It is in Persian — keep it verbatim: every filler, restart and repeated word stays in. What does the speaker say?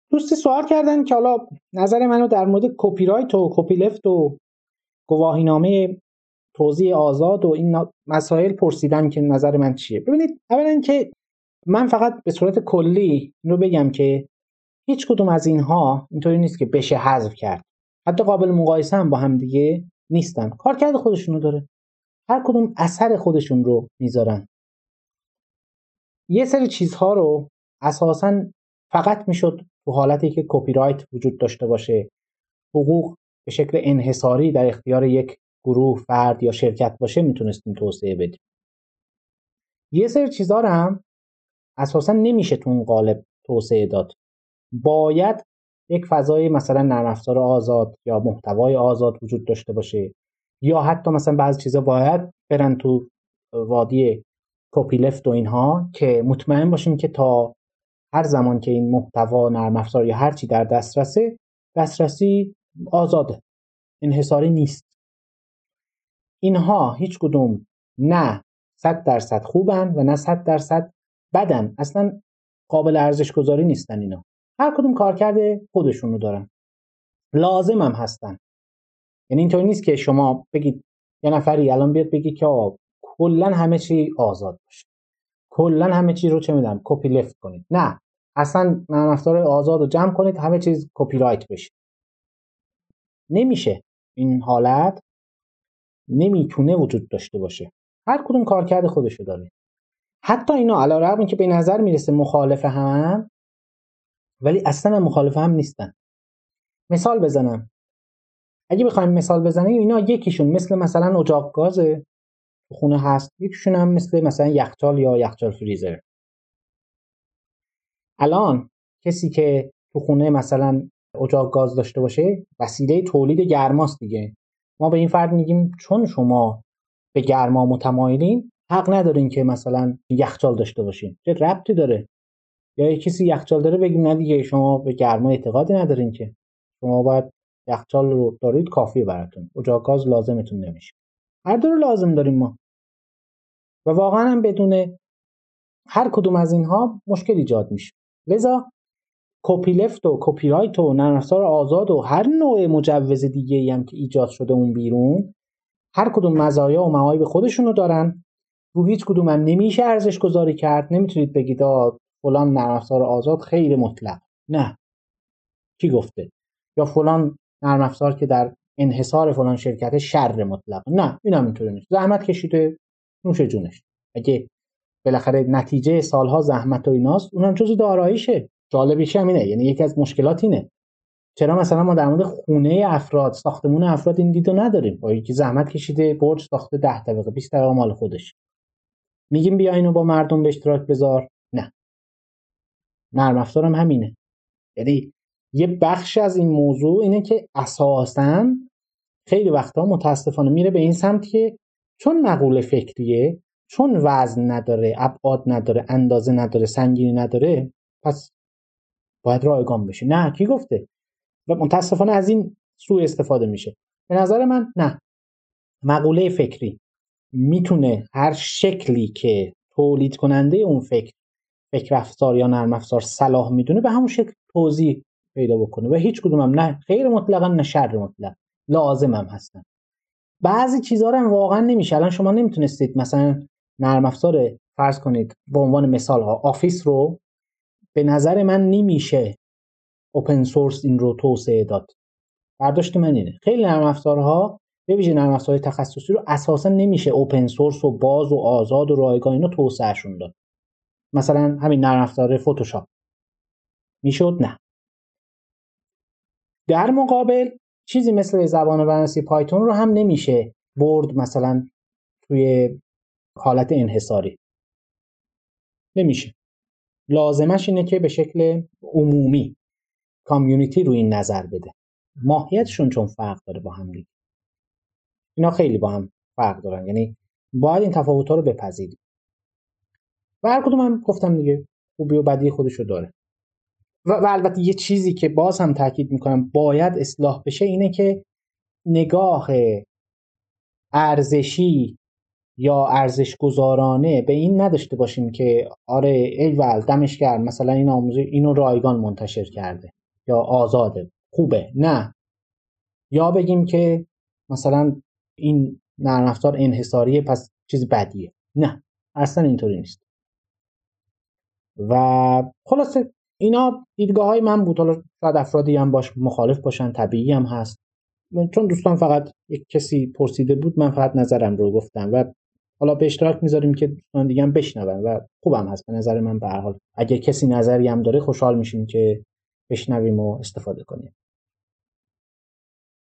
دوستی سوال کردن که حالا نظر منو در مورد کپی رایت و کپی لفت و گواهینامه توزیع آزاد و این مسائل پرسیدن که نظر من چیه. ببینید، اولا که من فقط به صورت کلی اینو بگم که هیچ کدوم از اینها اینطوری نیست که بشه حذف کرد. حتی قابل مقایسه هم با هم دیگه نیستن. کارکرد خودشونو داره. هر کدوم اثر خودشون رو میذارن. یه سری چیزها رو اساساً فقط میشد تو حالتی که کپی رایت وجود داشته باشه، حقوق به شکل انحصاری در اختیار یک گروه، فرد یا شرکت باشه، میتونستیم توسعه بدیم. یه سری چیزها رو هم اساساً نمیشه تو اون قالب توسعه داد. باید یک فضای مثلا نرم افزار آزاد یا محتوای آزاد وجود داشته باشه، یا حتی مثلا بعضی چیزا باید برن تو وادی کپی لفت و اینها که مطمئن باشیم که تا هر زمان که این محتوا نرم افزار یا هر چی در دسترسه، دسترسی آزاده، انحصاری نیست. اینها هیچ کدوم نه صد درصد خوبن و نه صد درصد بدن، اصلا قابل ارزش گذاری نیستن. اینا هر کدوم کارکرد خودشونو دارن، لازم هم هستن. یعنی اینطوری نیست که شما بگید یه نفری الان بیاد بگی که آقا کلا همه چی آزاد باشه، کلا همه چی رو چه میدونم کپی لفت کنید. نه، اصلا نرم افزار آزاد رو جمع کنید همه چیز کپی رایت بشه. نمیشه. این حالت نمیتونه وجود داشته باشه. هر کدوم کارکرد خودشو داره. حتی اینا علیرغم اینکه به نظر میرسه مخالف هم، ولی اصلا مخالف هم نیستن. مثال بزنم. اگه بخوایم مثال بزنیم، اینا یکیشون مثل مثلا اجاق گاز خونه هست، یکیشون هم مثل مثلا یخچال یا یخچال فریزر. الان کسی که تو خونه مثلا اجاق گاز داشته باشه، وسیله تولید گرماست دیگه. ما به این فرد میگیم چون شما به گرما متمایلین، حق ندارین که مثلا یخچال داشته باشین. چه ربطی داره؟ یا یک کسی یخچال داره بگیم نه دیگه شما به گرما اعتقادی ندارین، که شما باید یخچال رو دارید کافیه براتون، اجاق گاز لازمتون نمیشه. هر دو رو لازم داریم ما. و واقعا هم بدون هر کدوم از اینها مشکل ایجاد میشه. لذا کپی لفت و کپی رایت و نرم افزار آزاد و هر نوع مجوز دیگه ای هم که ایجاد شده اون بیرون، هر کدوم مزایا و معایب خودشونو دارن. رو هیچ کدوم هم نمیشه ارزش گذاری کرد. نمیتونید بگید آ فلان نرم افزار آزاد خیر مطلق. نه، کی گفته؟ یا فلان نرم افزار که در انحصار فلان شرکت شر مطلق. نه، این هم اینطوری نیست. زحمت کشیده، نوش جونش. اگه بالاخره نتیجه سالها زحمت و ایناست، اونم جزء داراییشه. جالبیش هم اینه، یعنی یکی از مشکلات اینه چرا مثلا ما در مورد خونه افراد، ساختمون افراد این دیدو نداریم. با یکی زحمت کشیده برج ساخته ده طبقه بیست طبقه مال خودش، میگیم بیا اینو با مردم به اشتراک بذار. نه، نرم افزارم همینه. یعنی یه بخش از این موضوع اینه که اساساً خیلی وقتا متاسفانه میره به این سمت که چون مقوله فکریه، چون وزن نداره، ابعاد نداره، اندازه نداره، سنگینی نداره، پس باید رایگان بشه. نه، کی گفته؟ و متاسفانه از این سوء استفاده میشه. به نظر من نه، مقوله فکری میتونه هر شکلی که تولید کننده اون فکر فکر افزار یا نرم افزار صلاح میدونه به همون شکل توضیح پیدا بکنه و هیچ کدوم هم نه غیر مطلقاً نه شر مطلق، لازم هم هستن. بعضی چیزا رو هم واقعا نمیشه. الان شما نمیتونستید مثلا نرم افزار فرض کنید به عنوان مثال ها آفیس رو، به نظر من نمیشه اوپن سورس این رو توسعه داد. برداشت من اینه خیلی نرم افزارها به ویژه نرم افزارهای تخصصی رو اساسا نمیشه اوپن سورس و باز و آزاد و رایگان اینو توسعهشون داد. مثلا همین نرم افزار فتوشاپ میشد؟ نه. در مقابل چیزی مثل زبان برنامه‌نویسی پایتون رو هم نمیشه برد مثلا توی حالت انحصاری. نمیشه. لازمش اینه که به شکل عمومی کامیونیتی رو این نظر بده. ماهیتشون چون فرق داره با هم دیگه. اینا خیلی با هم فرق دارن. یعنی باید این تفاوت‌ها رو بپذیریم. و هر کدوم هم گفتم دیگه خوبی و بدی خودشو داره. و, و البته یه چیزی که باز هم تاکید میکنم باید اصلاح بشه اینه که نگاه ارزشی یا ارزش گذارانه به این نداشته باشیم که آره ایول دمش گرم مثلا این آموزش اینو رایگان منتشر کرده. یا آزاده، خوبه. نه، یا بگیم که مثلا این نرم افزار انحصاریه پس چیز بدیه. نه، اصلا اینطوری نیست. و خلاصه اینا دیدگاه های من بود. حالا شاید افرادی هم باش مخالف باشن، طبیعی هم هست، چون دوستان فقط یک کسی پرسیده بود من فقط نظرم رو گفتم و حالا به اشتراک میذاریم که دوستان دیگه هم بشنون و خوبم هست به نظر من. به هر حال اگه کسی نظری هم داره خوشحال میشیم که بشنویم و استفاده کنیم.